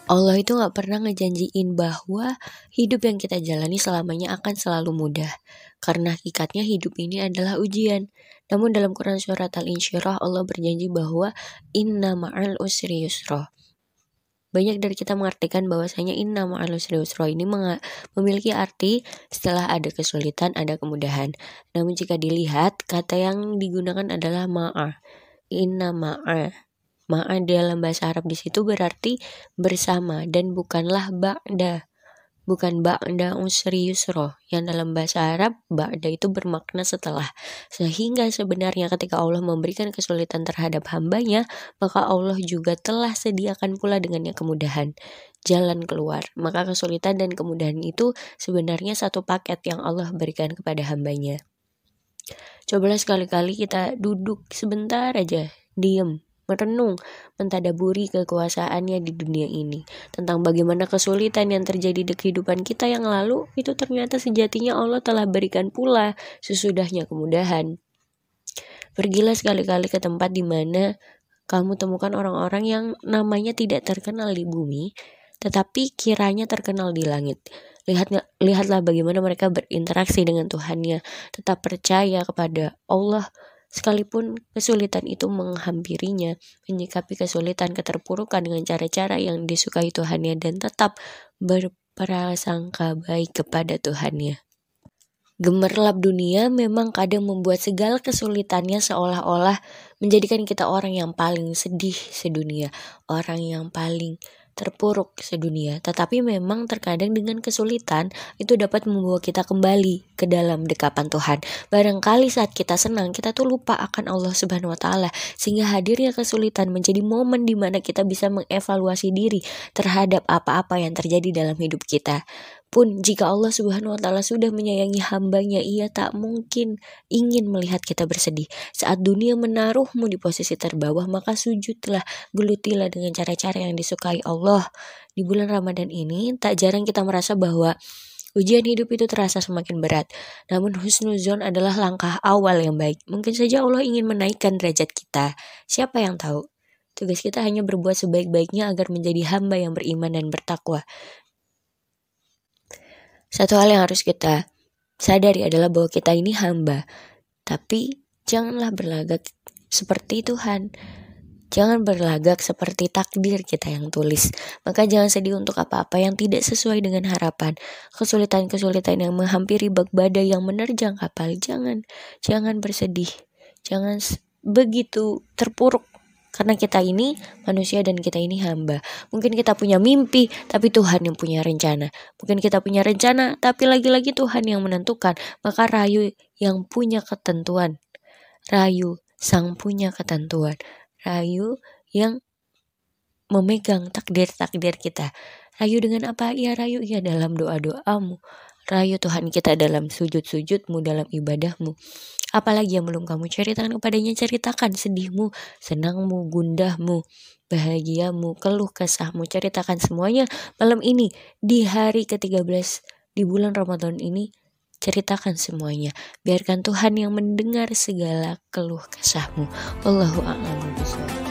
Allah itu gak pernah ngejanjiin bahwa hidup yang kita jalani selamanya akan selalu mudah. Karena hakikatnya hidup ini adalah ujian. Namun dalam Quran surat Al-Insyirah Allah berjanji bahwa inna ma'al usri yusra. Banyak dari kita mengartikan bahwasanya inna ma'al usri yusra ini memiliki arti setelah ada kesulitan ada kemudahan. Namun jika dilihat kata yang digunakan adalah ma'a. Inna ma'a. Ma'a dalam bahasa Arab di situ berarti bersama dan bukanlah ba'da. Bukan ba'da usri yusra. Yang dalam bahasa Arab ba'da itu bermakna setelah. Sehingga sebenarnya ketika Allah memberikan kesulitan terhadap hambanya, maka Allah juga telah sediakan pula dengannya kemudahan, jalan keluar. Maka kesulitan dan kemudahan itu sebenarnya satu paket yang Allah berikan kepada hambanya. Cobalah sekali-kali kita duduk sebentar aja, diem, merenung, mentadaburi kekuasaannya di dunia ini. Tentang bagaimana kesulitan yang terjadi di kehidupan kita yang lalu, itu ternyata sejatinya Allah telah berikan pula sesudahnya kemudahan. Pergilah sekali-kali ke tempat di mana kamu temukan orang-orang yang namanya tidak terkenal di bumi, tetapi kiranya terkenal di langit. Lihatlah bagaimana mereka berinteraksi dengan Tuhannya, tetap percaya kepada Allah, sekalipun kesulitan itu menghampirinya, menyikapi kesulitan keterpurukan dengan cara-cara yang disukai Tuhannya dan tetap berprasangka baik kepada Tuhannya. Gemerlap dunia memang kadang membuat segala kesulitannya seolah-olah menjadikan kita orang yang paling sedih sedunia, orang yang paling terpuruk sedunia. Tetapi memang terkadang dengan kesulitan itu dapat membawa kita kembali ke dalam dekapan Tuhan. Barangkali saat kita senang, kita tuh lupa akan Allah Subhanahu wa Ta'ala, sehingga hadirnya kesulitan menjadi momen di mana kita bisa mengevaluasi diri terhadap apa-apa yang terjadi dalam hidup kita. Pun jika Allah Subhanahu wa Ta'ala sudah menyayangi hambanya, Ia tak mungkin ingin melihat kita bersedih. Saat dunia menaruhmu di posisi terbawah, maka sujudlah, gelutilah dengan cara-cara yang disukai Allah. Di bulan Ramadan ini tak jarang kita merasa bahwa ujian hidup itu terasa semakin berat. Namun husnuzon adalah langkah awal yang baik. Mungkin saja Allah ingin menaikkan derajat kita. Siapa yang tahu? Tugas kita hanya berbuat sebaik-baiknya agar menjadi hamba yang beriman dan bertakwa. Satu hal yang harus kita sadari adalah bahwa kita ini hamba. Tapi janganlah berlagak seperti Tuhan. Jangan berlagak seperti takdir kita yang tulis. Maka jangan sedih untuk apa-apa yang tidak sesuai dengan harapan. Kesulitan-kesulitan yang menghampiri bak badai yang menerjang kapal. Jangan bersedih. Jangan begitu terpuruk. Karena kita ini manusia dan kita ini hamba. Mungkin kita punya mimpi, tapi Tuhan yang punya rencana. Mungkin kita punya rencana, tapi lagi-lagi Tuhan yang menentukan. Maka rayu yang punya ketentuan. Rayu sang punya ketentuan. Rayu yang memegang takdir-takdir kita. Rayu dengan apa? Ya rayu ya dalam doa-doamu. Rayu Tuhan kita dalam sujud-sujudmu, dalam ibadahmu. Apalagi yang belum kamu ceritakan kepadanya, ceritakan sedihmu, senangmu, gundahmu, bahagiamu, keluh kesahmu. Ceritakan semuanya malam ini, di hari ke-13 di bulan Ramadan ini. Ceritakan semuanya. Biarkan Tuhan yang mendengar segala keluh kesahmu. Wallahu a'lam bishawab.